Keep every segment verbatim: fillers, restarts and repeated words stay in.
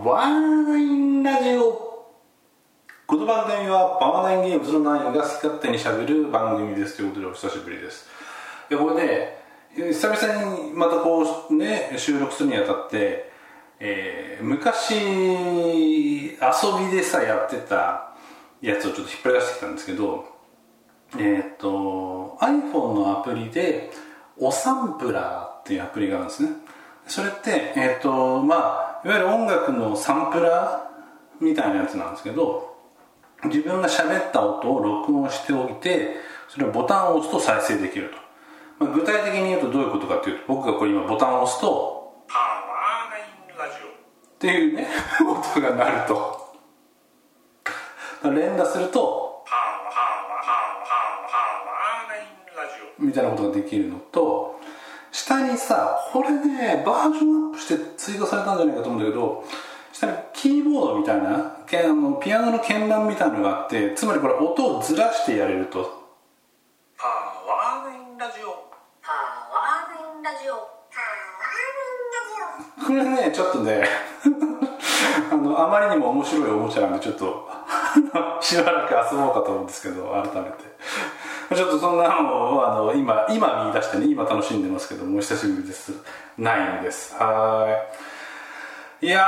ワーナインラジオ。この番組はパワーナインゲームズのナインが好き勝手にしゃべる番組ですということでお久しぶりです。でこれで久々にまたこうね収録するにあたって、えー、昔遊びでさやってたやつをちょっと引っ張り出してきたんですけど、えっと iPhone のアプリでおサンプラーっていうアプリがあるんですね。それってえっとまあいわゆる音楽のサンプラーみたいなやつなんですけど、自分が喋った音を録音しておいてそれをボタンを押すと再生できると、まあ、具体的に言うとどういうことかっていうと、僕がこれ今ボタンを押すとパワーナインラジオっていうね音が鳴ると、連打するとパワーパワーパワーパワーナインラジオみたいなことができるのと、下にさこれねバージョンアップして追加されたんじゃないかと思うんだけど、下にキーボードみたいなピアノの鍵盤みたいなのがあって、つまりこれ音をずらしてやれると、パワーナインラジオパワーナインラジオパワーナインラジオ、これねちょっとねあのあまりにも面白いおもちゃなんでちょっとしばらく遊ぼうかと思うんですけど、改めてちょっとそんなのをあの 今, 今見出してね今楽しんでますけども、お久しぶりです。ないんです。はい、いや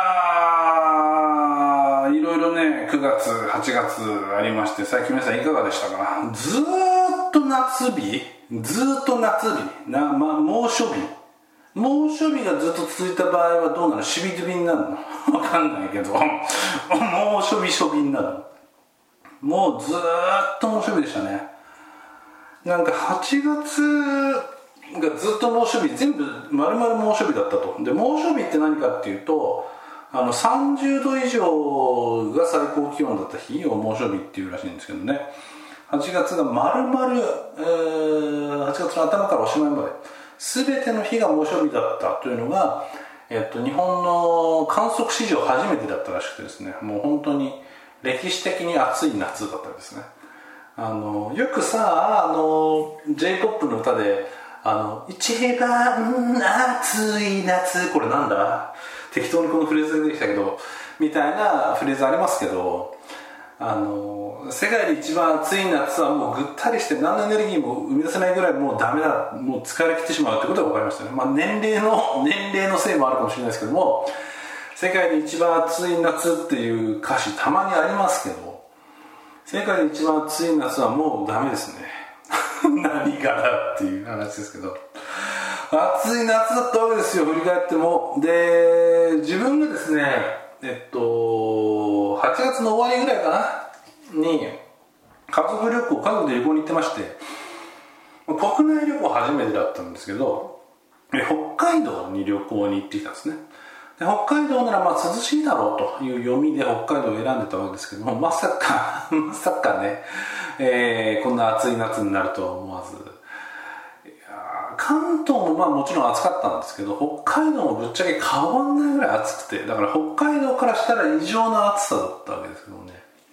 ーいろいろねくがつはちがつありまして、最近皆さんいかがでしたか。ずーっと夏日ずーっと夏日な、まあ、猛暑日猛暑日がずっと続いた場合はどうなの、しびずびになるのわかんないけど猛暑日しょびになるの、もうずーっと猛暑日でしたね。なんかはちがつがずっと猛暑日、全部丸々猛暑日だったと。で猛暑日って何かっていうと、あのさんじゅうど以上が最高気温だった日を猛暑日っていうらしいんですけどね、はちがつが丸々、えー、はちがつの頭からおしまいまで全ての日が猛暑日だったというのが、えっと、日本の観測史上初めてだったらしくてですね、もう本当に歴史的に暑い夏だったんですね。あのよくさあの J-ポップ の歌であの一番暑い夏、これなんだ適当にこのフレーズができたけどみたいなフレーズありますけど、あの世界で一番暑い夏はもうぐったりして何のエネルギーも生み出せないぐらいもうダメだ、もう疲れ切ってしまうってことが分かりましたね。まあ年齢の年齢のせいもあるかもしれないですけども、世界で一番暑い夏っていう歌詞たまにありますけど、世界で一番暑い夏はもうダメですね何がだっていう話ですけど、暑い夏だったわけですよ振り返っても。で自分がですねえっとはちがつの終わりぐらいかなに家族旅行家族で旅行に行ってまして、国内旅行初めてだったんですけど北海道に旅行に行ってきたんですね。で北海道ならまあ涼しいだろうという読みで北海道を選んでたわけですけども、まさかまさかね、えー、こんな暑い夏になるとは思わず、いや関東もまあもちろん暑かったんですけど北海道もぶっちゃけ変わんないぐらい暑くて、だから北海道からしたら異常な暑さだったわけですけどね、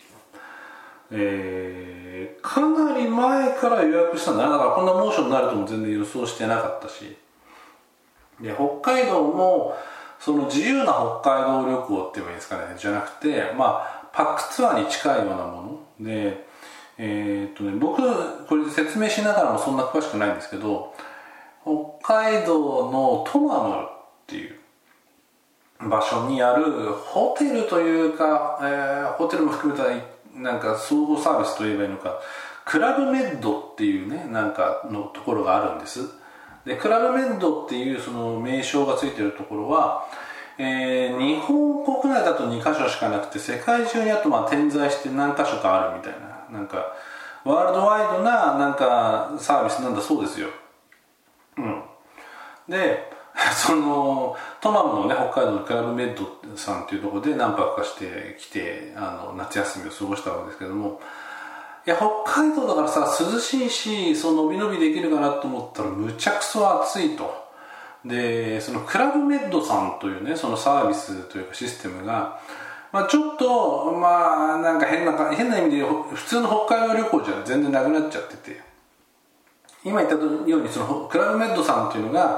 えー、かなり前から予約したんだな。だからこんな猛暑になるとも全然予想してなかったし、で北海道もその自由な北海道旅行って言えばいいんですかね、じゃなくて、まあ、パックツアーに近いようなもので、えーっとね、僕これ説明しながらもそんな詳しくないんですけど、北海道のトマムっていう場所にあるホテルというか、えー、ホテルも含めたなんか総合サービスと言えばいいのか、クラブメッドっていうねなんかのところがあるんです。でクラブメッドっていうその名称がついてるところは、えー、日本国内だとにかしょしかなくて世界中にあとまあ点在して何か所かあるみたいな、なんかワールドワイドななんかサービスなんだそうですよ。うんでそのトマムのね北海道のクラブメッドさんっていうところで何泊かしてきてあの夏休みを過ごしたわけですけども、いや北海道だからさ涼しいしその伸び伸びできるかなと思ったらむちゃくそ暑いと。でそのクラブメッドさんというねそのサービスというかシステムが、まあ、ちょっとまあなんか変な変な意味で普通の北海道旅行じゃ全然なくなっちゃってて、今言ったようにそのクラブメッドさんっていうのが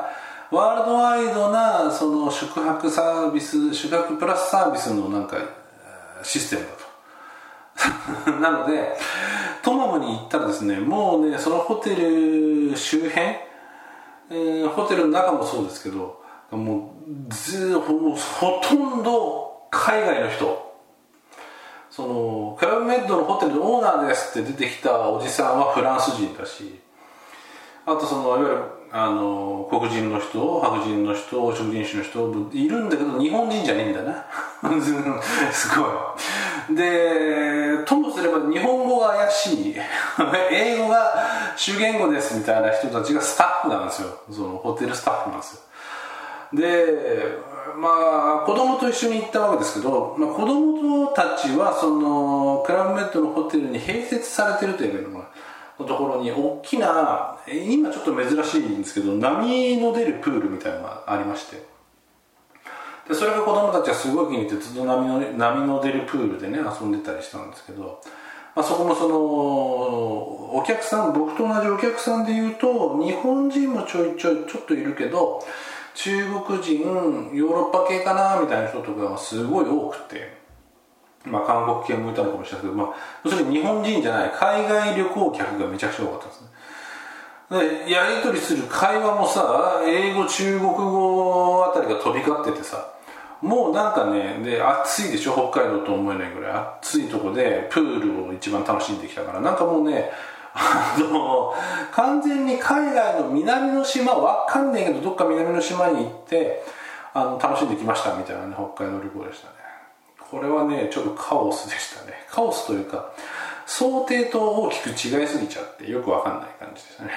ワールドワイドなその宿泊サービス、宿泊プラスサービスのなんかシステムだとなのでトマムに行ったらですね、もうねそのホテル周辺、えー、ホテルの中もそうですけど、もうずほとんど海外の人、そのクラブメッドのホテルのオーナーですって出てきたおじさんはフランス人だし、あとそのいわゆるあの黒人の人、白人の人、食人種の人いるんだけど日本人じゃねえんだなすごい。でともすれば日本語が怪しい英語が主言語ですみたいな人たちがスタッフなんですよ。そのホテルスタッフなんですよ。でまあ子供と一緒に行ったわけですけど、まあ、子供たちはそのクラブメッドのホテルに併設されてるというののところに大きな、今ちょっと珍しいんですけど波の出るプールみたいなのがありまして、でそれが子供たちはすごい気に入ってずっと波の、波の出るプールでね遊んでたりしたんですけど、まあ、そこもそのお客さん、僕と同じお客さんでいうと日本人もちょいちょいちょっといるけど中国人、ヨーロッパ系かなみたいな人とかがすごい多くて、まあ韓国系もいたのかもしれないけど、まあ要するに日本人じゃない海外旅行客がめちゃくちゃ多かったですね。でやり取りする会話もさ、英語、中国語あたりが飛び交っててさ、もうなんかね、で暑いでしょ、北海道と思えないぐらい暑いとこでプールを一番楽しんできたから、なんかもうねあの完全に海外の南の島、わかんねえけどどっか南の島に行ってあの楽しんできましたみたいなね北海道旅行でしたね。これはねちょっとカオスでしたね。カオスというか想定と大きく違いすぎちゃってよくわかんない感じでしたね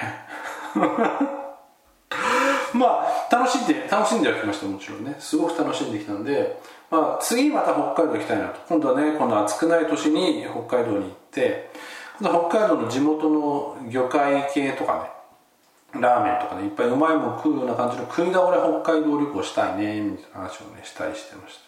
まあ楽しんで楽しんではきました。もちろんねすごく楽しんできたんで、まあ、次また北海道行きたいなと。今度はね今度暑くない年に北海道に行って、北海道の地元の魚介系とかね、ラーメンとかね、いっぱいうまいもん食うような感じの食い倒れ北海道旅行したいねみたいな話をねしたりしてました。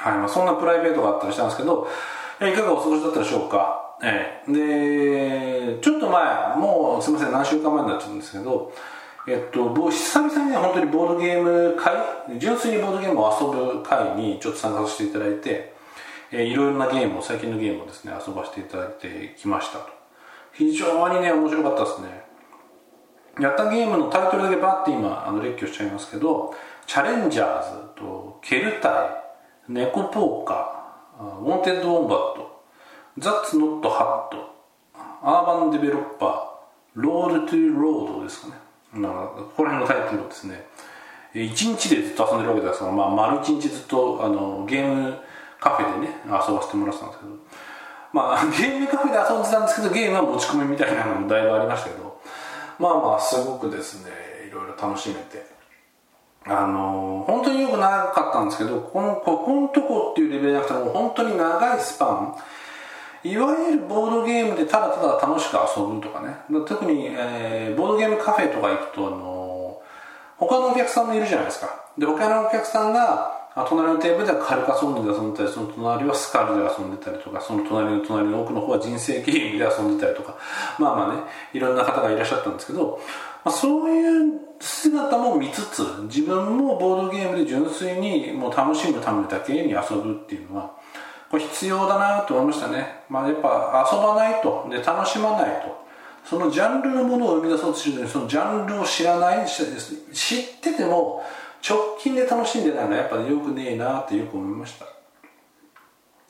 はい、まあ、そんなプライベートがあったりしたんですけど、えいかがお過ごしだったでしょうか。えー、でちょっと前、もうすみません何週間前になっちゃうんですけど、えっと僕久々にね本当にボードゲーム会、純粋にボードゲームを遊ぶ会にちょっと参加させていただいて、えー、いろいろなゲームを、最近のゲームをですね遊ばせていただいてきましたと。非常にね面白かったですね。やったゲームのタイトルだけバッて今あの列挙しちゃいますけど、チャレンジャーズとケルタイ、ネコポーカー、ウォンテッドウォンバット、ザッツノットハット、アーバンデベロッパー、ロードトゥロードですかね、まあ、ここら辺のタイトルをですねいちにちでずっと遊んでるわけですから、まあ、丸いちにちずっとあのゲームカフェでね遊ばせてもらってたんですけど、まあゲームカフェで遊んでたんですけどゲームは持ち込みみたいなのもだいぶありましたけど、まあまあすごくですねいろいろ楽しめて、あの本当によく長かったんですけど、このここのとこっていうレベルじゃなくても本当に長いスパン、いわゆるボードゲームでただただ楽しく遊ぶとかね、特に、えー、ボードゲームカフェとか行くと、あの他のお客さんもいるじゃないですか。で他のお客さんが隣のテーブルではカルカソンヌで遊んでたり、その隣はスカルで遊んでたりとか、その隣の隣の奥の方は人生ゲームで遊んでたりとか、まあまあねいろんな方がいらっしゃったんですけど、まあ、そういう姿も見つつ自分もボードゲームで純粋にもう楽しむためだけに遊ぶっていうのはこれ必要だなと思いましたね。まあ、やっぱ遊ばないと、で楽しまないと、そのジャンルのものを生み出そうとするのにそのジャンルを知らない、知ってても直近で楽しんでないのはやっぱりよくねえなってよく思いました。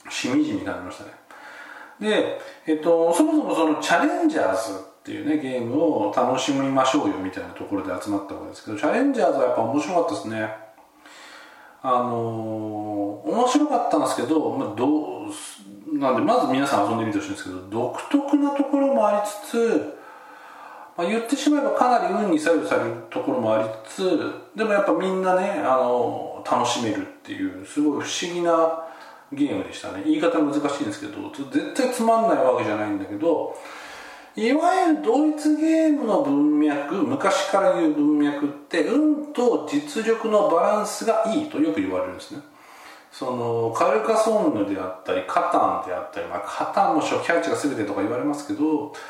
しみじみ感じましたね。で、えっと、そもそもそのチャレンジャーズっていうねゲームを楽しみましょうよみたいなところで集まったわけですけど、チャレンジャーズはやっぱ面白かったですね。あのー、面白かったんですけど、まあ、どうなんでまず皆さん遊んでみてほしいんですけど、独特なところもありつつ、まあ、言ってしまえばかなり運に左右されるところもありつつ、でもやっぱみんなね、あのー、楽しめるっていうすごい不思議なゲームでしたね。言い方難しいんですけど、絶対つまんないわけじゃないんだけど、いわゆるドイツゲームの文脈、昔から言う文脈って運と実力のバランスがいいとよく言われるんですね。そのカルカソンヌであったりカタンであったり、まあ、カタンも初期配置が全てとか言われますけど、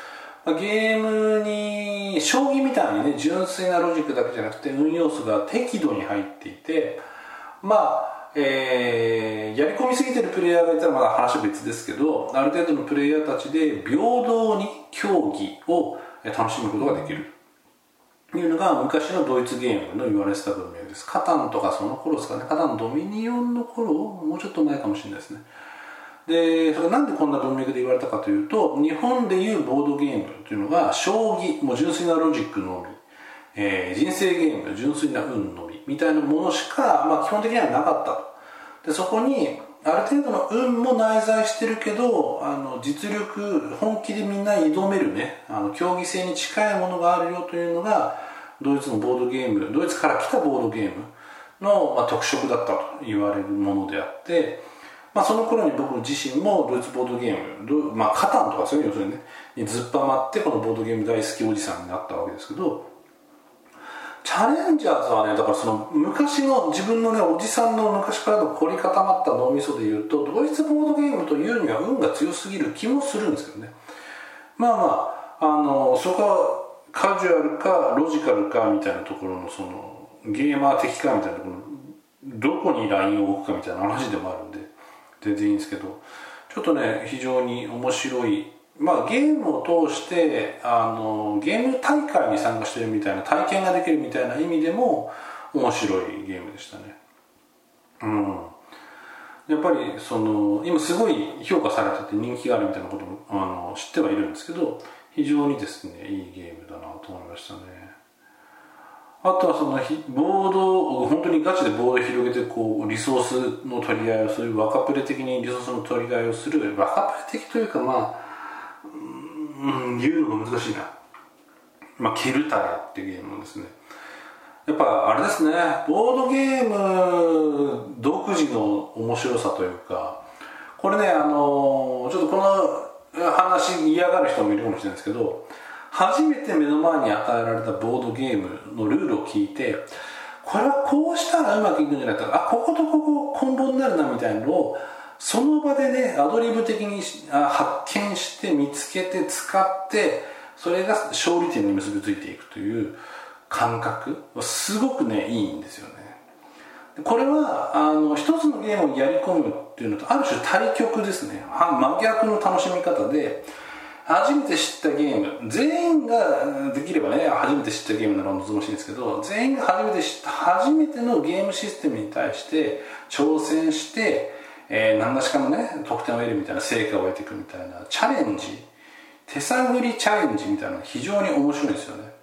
ゲームに将棋みたいにね純粋なロジックだけじゃなくて運要素が適度に入っていて、まあ、えー、やり込みすぎてるプレイヤーがいたらまだ話は別ですけど、ある程度のプレイヤーたちで平等に競技を楽しむことができるというのが昔のドイツゲームの言われてた文脈です。カタンとかその頃ですかね、カタンドミニオンの頃、もうちょっと前かもしれないですね。でそれなんでこんな文脈で言われたかというと、日本でいうボードゲームというのが将棋、もう純粋なロジックのみ、えー、人生ゲーム、純粋な運のみみたいなものしか、まあ、基本的にはなかったと。でそこにある程度の運も内在してるけど、あの実力、本気でみんな挑めるね、あの競技性に近いものがあるよというのがドイツのボードゲーム、ドイツから来たボードゲームの、まあ、特色だったと言われるものであって、まあ、その頃に僕自身もドイツボードゲーム、まあ、カタンとかそういう要するにねにずっぱまってこのボードゲーム大好きおじさんになったわけですけど、チャレンジャーズはね、だからその昔の自分のねおじさんの昔からの凝り固まった脳みそで言うと、ドイツボードゲームというには運が強すぎる気もするんですけどね。まあまあ、あのそこはカジュアルかロジカルかみたいなところのそのゲーマー的かみたいなところ、どこにラインを置くかみたいな話でもあるんで全然いいんですけど、ちょっとね非常に面白い、まあゲームを通してあのゲーム大会に参加してるみたいな、体験ができるみたいな意味でも面白いゲームでしたね。うん、やっぱりその今すごい評価されてて人気があるみたいなこともあの知ってはいるんですけど、非常にですねいいゲームだなと思いましたね。あとはそのボードを本当にガチでボードを広げてこうリソースの取り合いをする、若プレ的にリソースの取り合いをする、若プレ的というかまあうん、言うのが難しいな、まあ、ケルタレっていうゲームなんですね。やっぱあれですね、ボードゲーム独自の面白さというか、これねあのちょっとこの話嫌がる人もいるかもしれないですけど、初めて目の前に与えられたボードゲームのルールを聞いて、これはこうしたらうまくいくんじゃないか、あこことここコンボになるなみたいなのをその場でねアドリブ的に発見して見つけて使って、それが勝利点に結びついていくという感覚はすごくねいいんですよね。これはあの一つのゲームをやり込むっていうのとある種対極ですね、真逆の楽しみ方で、初めて知ったゲーム、全員ができればね初めて知ったゲームなら望ましいんですけど、全員が初めて知った初めてのゲームシステムに対して挑戦して、えー、何らしかのね得点を得るみたいな、成果を得ていくみたいなチャレンジ、手探りチャレンジみたいなのが非常に面白いですよね。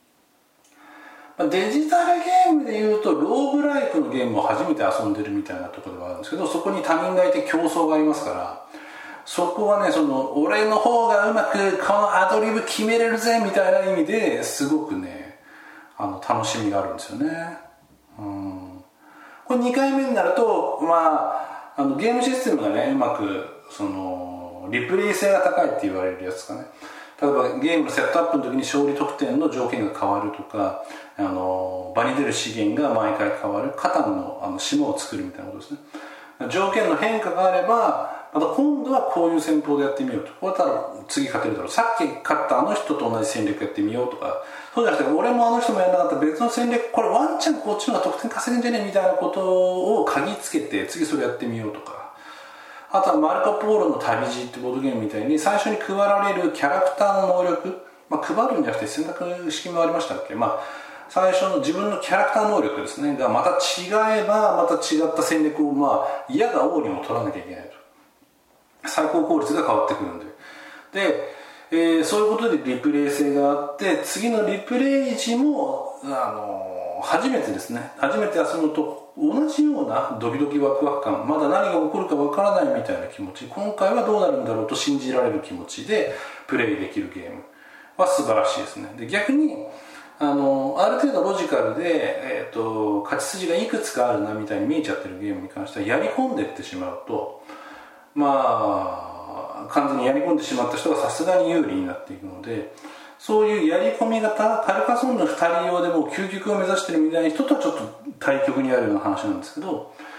デジタルゲームでいうとローグライクのゲームを初めて遊んでるみたいなところではあるんですけど、そこに他人がいて競争がありますから、そこはねその俺の方がうまくこのアドリブ決めれるぜみたいな意味ですごくねあの楽しみがあるんですよね。うん、これにかいめになると、まあ、あのゲームシステムがねうまくそのリプレイ性が高いって言われるやつかね、例えばゲームのセットアップの時に勝利得点の条件が変わるとか、あの場に出る資源が毎回変わる、カタンの、あの島を作るみたいなことですね。条件の変化があればまた今度はこういう戦法でやってみようと、こうやったら次勝てるだろう、さっき勝ったあの人と同じ戦略やってみようとか、そうじゃなくて俺もあの人もやらなかった別の戦略、これワンチャンこっちの方が得点稼ぐんじゃねえみたいなことを嗅ぎつけて次それやってみようとか、あとはマルコ・ポーロの旅路ってボードゲームみたいに最初に配られるキャラクターの能力、まあ、配るんじゃなくて選択式もありましたっけ、まあ最初の自分のキャラクター能力ですねがまた違えばまた違った戦略をまあ嫌が王にも取らなきゃいけないと、最高効率が変わってくるんで、で、えー、そういうことでリプレイ性があって、次のリプレイ時も、あのー、初めてですね初めて遊ぶと同じようなドキドキワクワク感、まだ何が起こるかわからないみたいな気持ち、今回はどうなるんだろうと信じられる気持ちでプレイできるゲームは素晴らしいですね。で逆にあのある程度ロジカルで、えーと、勝ち筋がいくつかあるなみたいに見えちゃってるゲームに関してはやり込んでいってしまうと、まあ完全にやり込んでしまった人がさすがに有利になっていくので、そういうやり込み型、カルカソンヌふたり用でも究極を目指してるみたいな人とはちょっと対極にあるような話なんですけど、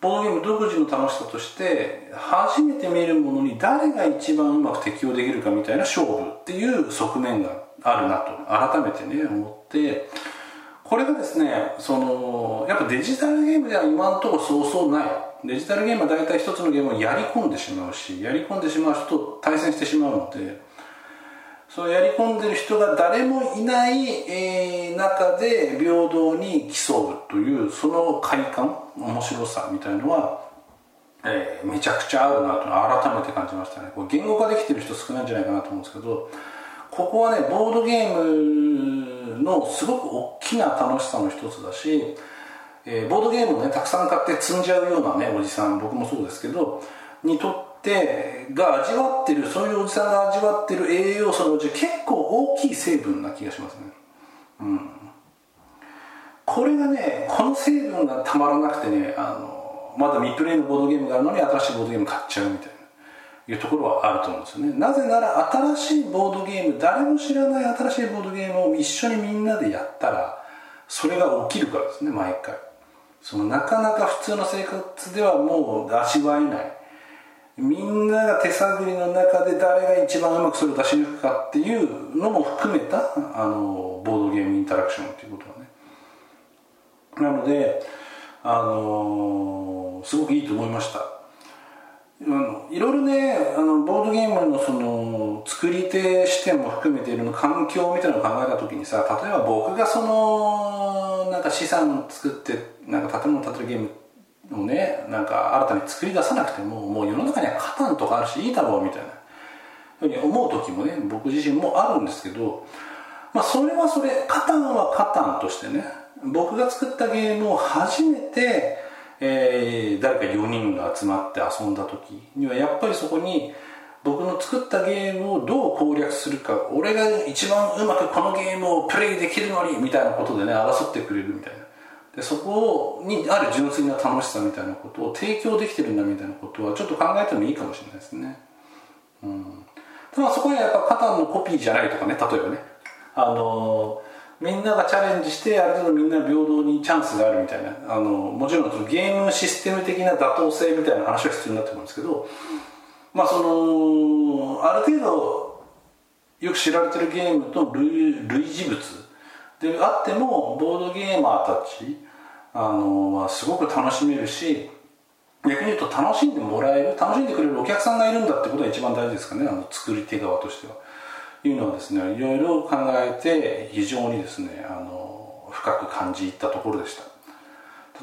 ボードゲーム独自の楽しさとして初めて見るものに誰が一番うまく適応できるかみたいな勝負っていう側面があるなと改めてね思って、これがですねそのやっぱデジタルゲームでは今のところそうそうない。デジタルゲームは大体一つのゲームをやり込んでしまうし、やり込んでしまう人と対戦してしまうので、そうやり込んでる人が誰もいない、えー、中で平等に競うというその快感、面白さみたいのは、えー、めちゃくちゃあるなと改めて感じましたね。これ言語化できてる人少ないんじゃないかなと思うんですけど、ここはねボードゲームのすごく大きな楽しさの一つだし、えー、ボードゲームをねたくさん買って積んじゃうようなねおじさん、僕もそうですけどにとってが味わってる、そういうおじさんが味わってる栄養素のうち結構大きい成分な気がしますね。うん、これがねこの成分がたまらなくてね、あのまだ未プレイのボードゲームがあるのに新しいボードゲーム買っちゃうみたいないうところはあると思うんですよね。なぜなら新しいボードゲーム、誰も知らない新しいボードゲームを一緒にみんなでやったらそれが起きるからですね。毎回そのなかなか普通の生活ではもう味わえない、みんなが手探りの中で誰が一番うまくそれを出し抜くかっていうのも含めたあのボードゲームインタラクションっていうことはね、なのであのー、すごくいいと思いました。あのいろいろねあのボードゲームのその作り手視点も含めていろんな環境みたいなのを考えた時にさ、例えば僕がそのなんか資産作ってなんか建物建てるゲームをねなんか新たに作り出さなくてももう世の中にはカタンとかあるしいいだろうみたいなふうに思う時もね僕自身もあるんですけど、まあそれはそれカタンはカタンとしてね、僕が作ったゲームを初めてえー、誰かよにんが集まって遊んだ時にはやっぱりそこに僕の作ったゲームをどう攻略するか、俺が一番うまくこのゲームをプレイできるのにみたいなことでね争ってくれるみたいな、でそこにある純粋な楽しさみたいなことを提供できてるんだみたいなことはちょっと考えてもいいかもしれないですね。うん、ただそこにはやっぱカタンのコピーじゃないとかね、例えばねあのーみんながチャレンジしてある程度みんな平等にチャンスがあるみたいな、あのもちろんそのゲームシステム的な妥当性みたいな話は必要になってくるんですけど、まあそのある程度よく知られてるゲームと類類似物であってもボードゲーマーたちあのはすごく楽しめるし、逆に言うと楽しんでもらえる、楽しんでくれるお客さんがいるんだってことが一番大事ですかね、あの作り手側としては。いうのはですねいろいろ考えて非常にですねあの深く感じたところでした。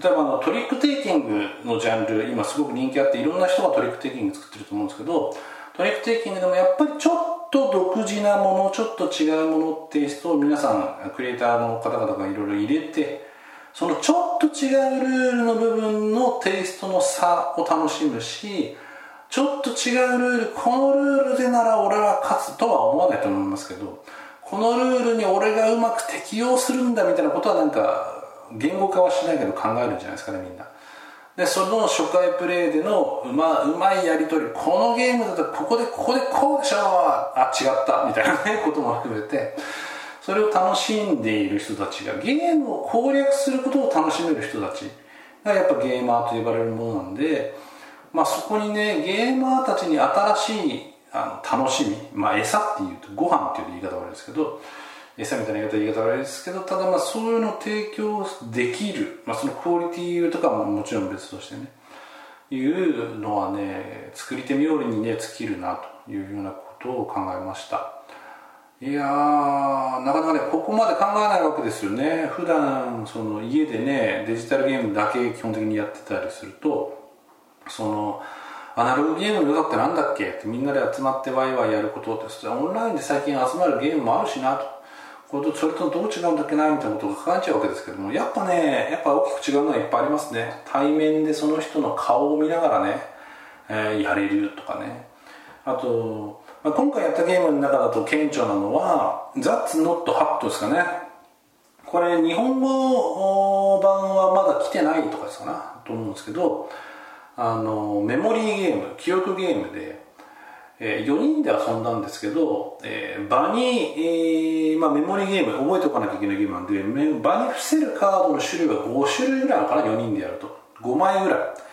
例えばあのトリックテイキングのジャンル今すごく人気あっていろんな人がトリックテイキング作ってると思うんですけど、トリックテイキングでもやっぱりちょっと独自なもの、ちょっと違うものテイストを皆さんクリエイターの方々がいろいろ入れて、そのちょっと違うルールの部分のテイストの差を楽しむし、ちょっと違うルール、このルールでなら俺は勝つとは思わないと思いますけど、このルールに俺がうまく適用するんだみたいなことはなんか言語化はしないけど考えるんじゃないですかね、みんな。でその初回プレイでのうま、うまいやり取り、このゲームだとここでここでこうでしょ、あ違ったみたいな、ね、ことも含めてそれを楽しんでいる人たちがゲームを攻略することを楽しめる人たちがやっぱゲーマーと呼ばれるものなんで、まあ、そこにねゲーマーたちに新しいあの楽しみ、まあ餌っていうとご飯っていう言い方はあれですけど、餌みたいな言い方言い方はあれですけど、ただまあそういうのを提供できる、まあ、そのクオリティとかももちろん別としてねいうのはね作り手冥利にね尽きるなというようなことを考えました。いやーなかなかねここまで考えないわけですよね。普段その家でねデジタルゲームだけ基本的にやってたりすると、そのアナログゲームの良さってなんだっけってみんなで集まってワイワイやることって、オンラインで最近集まるゲームもあるしなと、これとそれとどう違うんだっけなみたいなことが考えちゃうわけですけども、やっぱねやっぱ大きく違うのはいっぱいありますね。対面でその人の顔を見ながらね、えー、やれるとかね。あと、まあ、今回やったゲームの中だと顕著なのは That's Not Hot ですかね。これ日本語版はまだ来てないとかですかなと思うんですけど、あのメモリーゲーム、記憶ゲームで、えー、よにんで遊んだんですけど、えー、場に、えーまあ、メモリーゲーム覚えておかなきゃいけないゲームなんで、場に伏せるカードの種類はご種類ぐらいなのかな、よにんでやるとごまいぐらい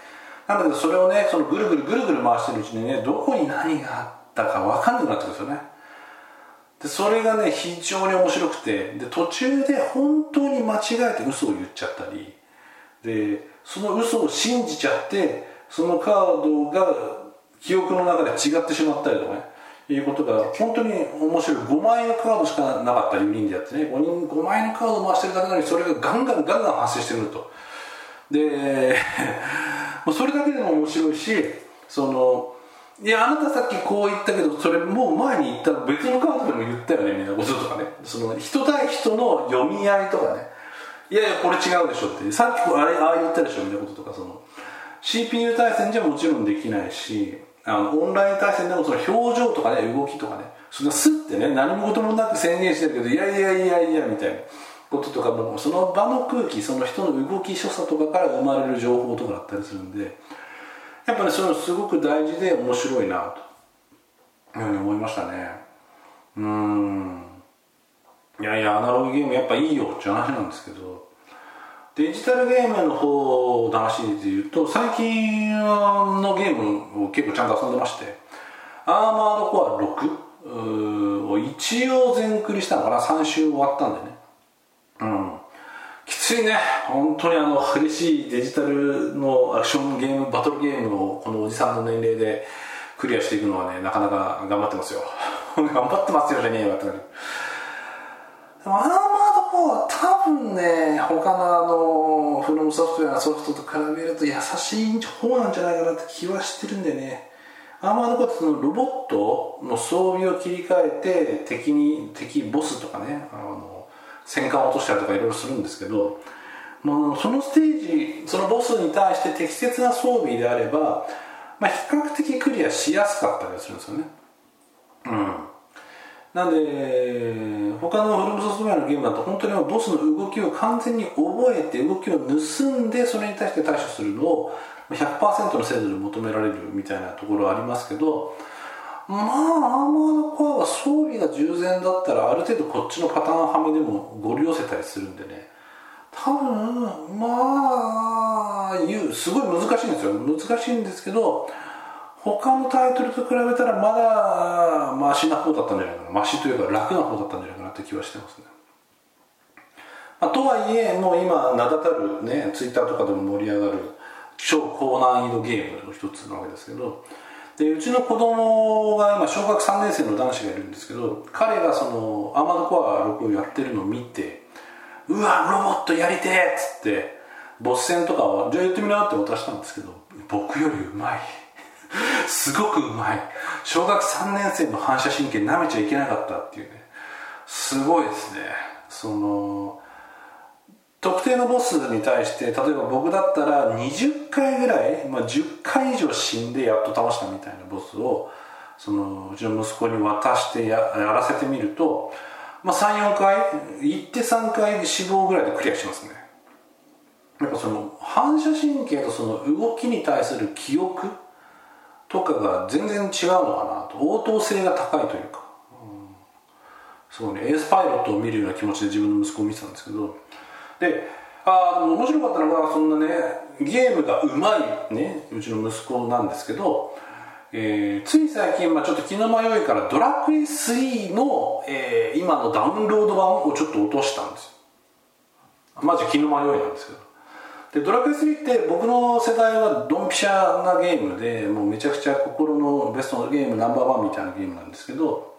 なのでそれをねそのぐるぐるぐるぐる回してるうちにねどこに何があったか分かんなくなってくるんですよね。でそれがね非常に面白くて、で途中で本当に間違えて嘘を言っちゃったりで、その嘘を信じちゃってそのカードが記憶の中で違ってしまったりとかねいうことが本当に面白い。ごまいのカードしかなかったりよにんでやってね、ごにんごまいのカードを回してるだけなのにそれがガンガンガンガン発生してくると。でそれだけでも面白いし、そのいやあなたさっきこう言ったけどそれもう前に言った別のカードでも言ったよねみたいなこととかね、その人対人の読み合いとかね、いやいやこれ違うでしょってさっきあれああ言ったでしょみたいなこととか、その シーピーユー 対戦じゃもちろんできないし、あのオンライン対戦でもその表情とかね動きとかね、そのスッてね何事もなく宣言してるけどいやいやいやいやみたいなこととかも、その場の空気その人の動き所作とかから生まれる情報とかだったりするんで、やっぱねそれすごく大事で面白いなというふうに思いましたね。うーんいやいやアナログゲームやっぱいいよっていう話なんですけど、デジタルゲームの方の話で言うと最近のゲームを結構ちゃんと遊んでまして、アーマードコアろくを一応全クリしたのかな、さん週終わったんでね、うんきついね本当に。あの激しいデジタルのアクションゲームバトルゲームをこのおじさんの年齢でクリアしていくのはねなかなか頑張ってますよ頑張ってますよじゃねえよって感じ。でもアーマードコアは多分ね他のあのフロムソフトウェアのソフトと比べると優しい方なんじゃないかなって気はしてるんでね。アーマードコアってそのロボットの装備を切り替えて敵に敵ボスとかねあの戦艦を落としたりとかいろいろするんですけど、もうそのステージそのボスに対して適切な装備であれば、まあ、比較的クリアしやすかったりするんですよね。うんなんで他のフルムソフトウェアのゲームだと本当にボスの動きを完全に覚えて動きを盗んでそれに対して対処するのを ひゃくパーセント の精度で求められるみたいなところはありますけど、まあアーマードコアは装備が従前だったらある程度こっちのパターンはめでもごり寄せたりするんでね、多分まあ言うすごい難しいんですよ。難しいんですけど他のタイトルと比べたらまだマシな方だったんじゃないかな、マシというか楽な方だったんじゃないかなって気はしてますね。まあ、とはいえもう今名だたるねツイッターとかでも盛り上がる超高難易度ゲームの一つなわけですけど、でうちの子供が今小学さんねん生の男子がいるんですけど、彼がそのアーマードコアろくをやってるのを見て、うわロボットやりてえっつってボス戦とかをじゃあやってみなって渡したんですけど、僕よりうまいすごくうまい。小学さんねん生の反射神経なめちゃいけなかったっていうね、すごいですね。その特定のボスに対して例えば僕だったらにじゅっかいぐらい、まあ、じゅっかい以上死んでやっと倒したみたいなボスをそのうちの息子に渡して や, やらせてみると、まあ、さんよんかい行ってさんかい死亡ぐらいでクリアしますね。やっぱその反射神経とその動きに対する記憶とかが全然違うのかなと、応答性が高いというか、うん、そうねエースパイロットを見るような気持ちで自分の息子を見てたんですけど、であ面白かったのがそんなねゲームがうまいねうちの息子なんですけど、えー、つい最近、まあ、ちょっと気の迷いからドラクエスリーの、えー、今のダウンロード版をちょっと落としたんですよ。マジ気の迷いなんですけど、でドラクエスリーって僕の世代はドンピシャなゲームでもうめちゃくちゃ心のベストのゲームナンバーワンみたいなゲームなんですけど、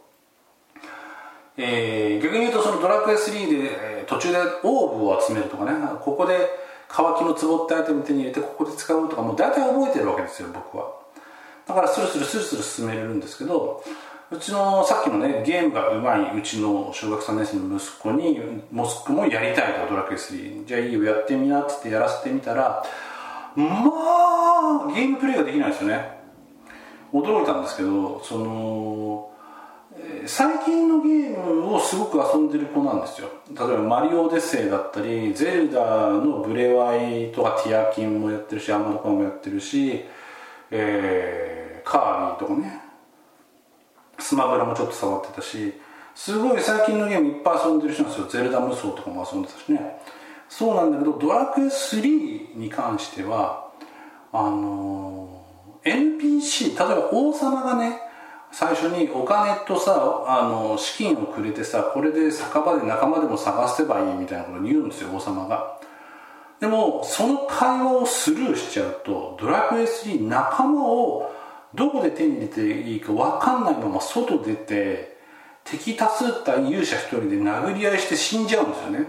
えー、逆に言うとそのドラクエスリーで、えー、途中でオーブを集めるとかね、ここで乾きの壺ってアイテム手に入れてここで使うとかもう大体覚えてるわけですよ僕は。だからスルスルスルスル進めれるんですけど、うちのさっきのねゲームがうまいうちの小学さんねん生の息子に息子もやりたいとドラクエスリーじゃあいいよやってみなってってやらせてみたら、まあゲームプレイができないですよね。驚いたんですけど、その最近のゲームをすごく遊んでる子なんですよ。例えばマリオオデッセイだったりゼルダのブレワイとかティアキンもやってるしアーマードコアもやってるし、えー、カービィとかねスマブラもちょっと触ってたし、すごい最近のゲームいっぱい遊んでる人なんですよ。ゼルダ無双とかも遊んでたしね。そうなんだけどドラクエスリーに関してはあの エヌピーシー、例えば王様がね最初にお金とさあの資金をくれてさ、これで酒場で仲間でも探せばいいみたいなことを言うんですよ、王様が。でもその会話をスルーしちゃうと、ドラクエスリー仲間をどこで手に入れていいか分かんないまま外出て、敵多数対勇者一人で殴り合いして死んじゃうんですよね。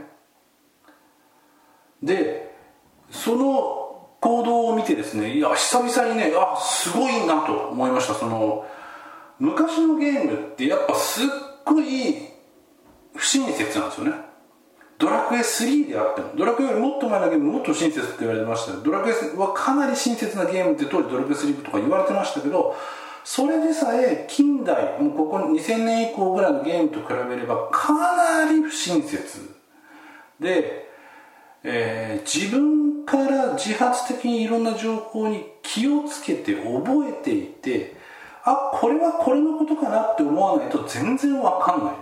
でその行動を見てですね、いや久々にね、あすごいなと思いました。その昔のゲームってやっぱすっごい不親切なんですよね。ドラクエスリーであっても、ドラクエよりもっと前のゲームもっと親切って言われてましたよ。ドラクエはかなり親切なゲームって当時ドラクエスリーとか言われてましたけど、それでさえ近代、もうここにせんねん以降ぐらいのゲームと比べればかなり不親切で、えー、自分から自発的にいろんな情報に気をつけて覚えていて、あこれはこれのことかなって思わないと全然わかんない。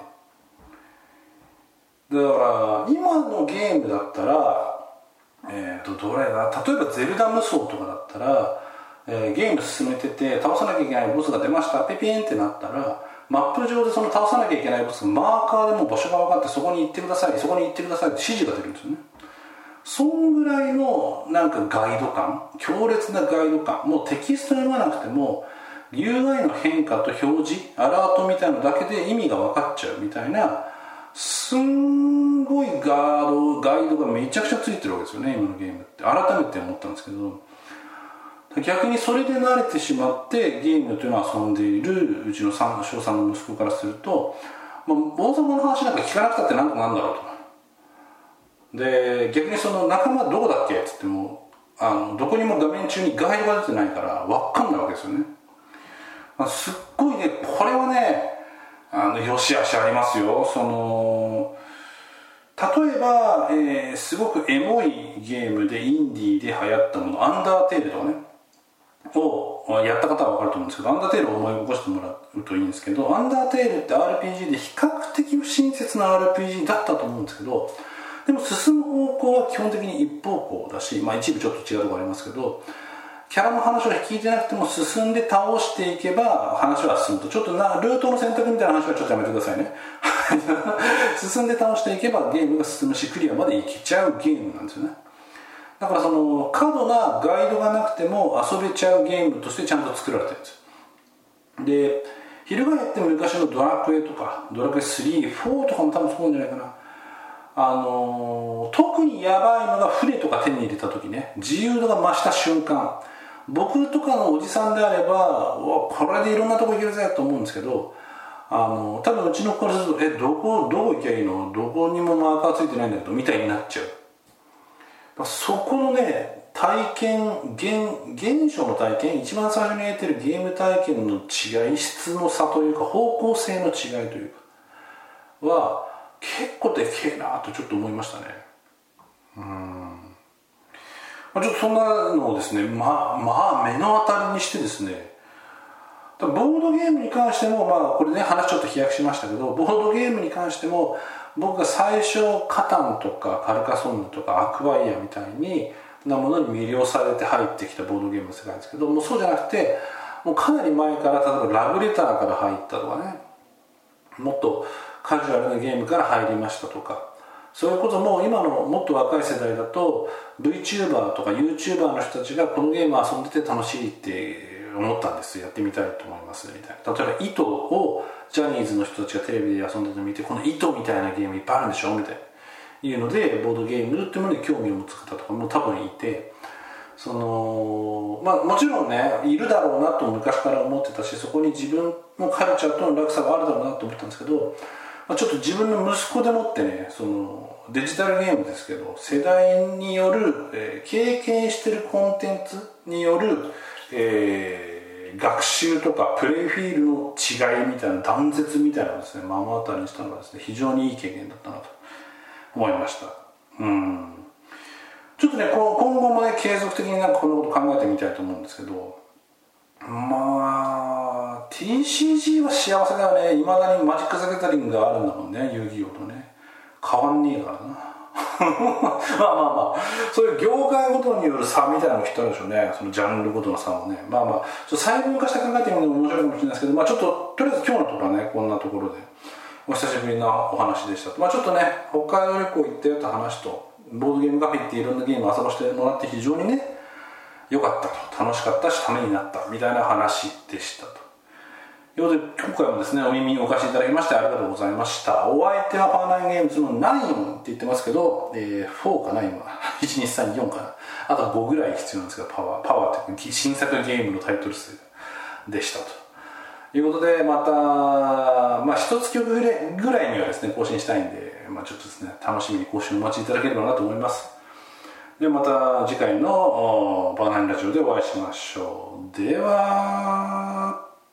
だから今のゲームだったら、えー、とどれが例えばゼルダ無双とかだったら、えー、ゲーム進めてて倒さなきゃいけないボスが出ました、ペピーンってなったらマップ上でその倒さなきゃいけないボスがマーカーでもう場所が分かって、そこに行ってくださいそこに行ってくださいって指示が出るんですよね。そんぐらいのなんかガイド感、強烈なガイド感、もうテキスト読まなくても ユーアイ の変化と表示アラートみたいのだけで意味が分かっちゃうみたいな、すんごいガードガイドがめちゃくちゃついてるわけですよね、今のゲームって。改めて思ったんですけど、逆にそれで慣れてしまってゲームというのを遊んでいるうちの翔さんの息子からすると、まあ、王様の話なんか聞かなくたって何とかなんだろうと。で逆にその仲間どこだっけって言ってもあのどこにも画面中にガイドが出てないから分かんないわけですよね。まあ、すっごいねこれはねあの良し悪しありますよ。その例えば、えー、すごくエモいゲームでインディーで流行ったもの、アンダーテールとかねをやった方は分かると思うんですけど、アンダーテールを思い起こしてもらうといいんですけど、アンダーテールって アールピージー で比較的不親切な アールピージー だったと思うんですけど、でも進む方向は基本的に一方向だし、まあ、一部ちょっと違うところありますけど、キャラの話を聞いてなくても進んで倒していけば話は進むと。ちょっとなルートの選択みたいな話はちょっとやめてくださいね進んで倒していけばゲームが進むし、クリアまでいけちゃうゲームなんですよね。だからその過度なガイドがなくても遊べちゃうゲームとしてちゃんと作られてるんですよ。で翻って昔のドラクエとかドラクエスリー、フォーとかも多分そうなんじゃないかな。あのー、特にやばいのが船とか手に入れた時ね、自由度が増した瞬間、僕とかのおじさんであればうわこれでいろんなとこ行けるぜと思うんですけど、あのー、多分うちの子からするとえどこどこ行きゃいいの、どこにもマーカーついてないんだけどみたいになっちゃう。そこのね体験 現, 現象の体験、一番最初に得てるゲーム体験の違い、質の差というか方向性の違いというかは結構でけえなとちょっと思いましたね。うん、まあ、ちょっとそんなのをですね、まあまあ目の当たりにしてですね、ボードゲームに関しても、まあこれね話ちょっと飛躍しましたけど、ボードゲームに関しても僕が最初カタンとかカルカソンヌとかアクワイアみたいになものに魅了されて入ってきたボードゲームの世界ですけども、そうじゃなくてもうかなり前から、例えばラブレターから入ったとかね、もっとカジュアルなゲームから入りましたとか、そういうことも今のもっと若い世代だと VTuber とか YouTuber の人たちがこのゲーム遊んでて楽しいって思ったんです、やってみたいと思いますみたいな。例えば糸をジャニーズの人たちがテレビで遊んでてみて、この糸みたいなゲームいっぱいあるんでしょみたいないうのでボードゲームっていうものに興味を持つ方とかも多分いて、そのまあもちろんねいるだろうなと昔から思ってたし、そこに自分のカルチャーとの落差があるだろうなと思ったんですけど、まあ、ちょっと自分の息子でもってね、そのデジタルゲームですけど世代による、えー、経験してるコンテンツによる、えー、学習とかプレイフィールの違いみたいな断絶みたいなのをですね目の当たりにしたのがですね非常にいい経験だったなと思いました。うんちょっとね今後もね継続的になんかこんなこと考えてみたいと思うんですけど、まあ ティーシージー は幸せだよね。いまだにマジック・ザ・ギャザリングがあるんだもんね、遊戯王とね変わんねえからなまあまあまあそういう業界ごとによる差みたいなのがきっとあるでしょうね。そのジャンルごとの差をね。まあまあちょっと細分化して考えてみるのも面白いかもしれないですけど、まあちょっととりあえず今日のところはねこんなところでお久しぶりなお話でしたと。まあちょっとね北海道旅行行ったよって話と、ボードゲームカフェ行っていろんなゲームを遊ばせてもらって非常にね良かったと、楽しかったしためになったみたいな話でしたということで、今回もですねお耳にお貸しいただきましてありがとうございました。お相手はパワーナインゲームズのナインって言ってますけど、えー、フォーかな今いちにさんよんかな、あとごぐらい必要なんですけど、パワーパワーって新作ゲームのタイトル数でしたということで、またまあ一月ぐらいぐらいにはですね更新したいんで、まあ、ちょっとですね楽しみに更新お待ちいただければなと思います。でまた次回のバーナインラジオでお会いしましょう。では。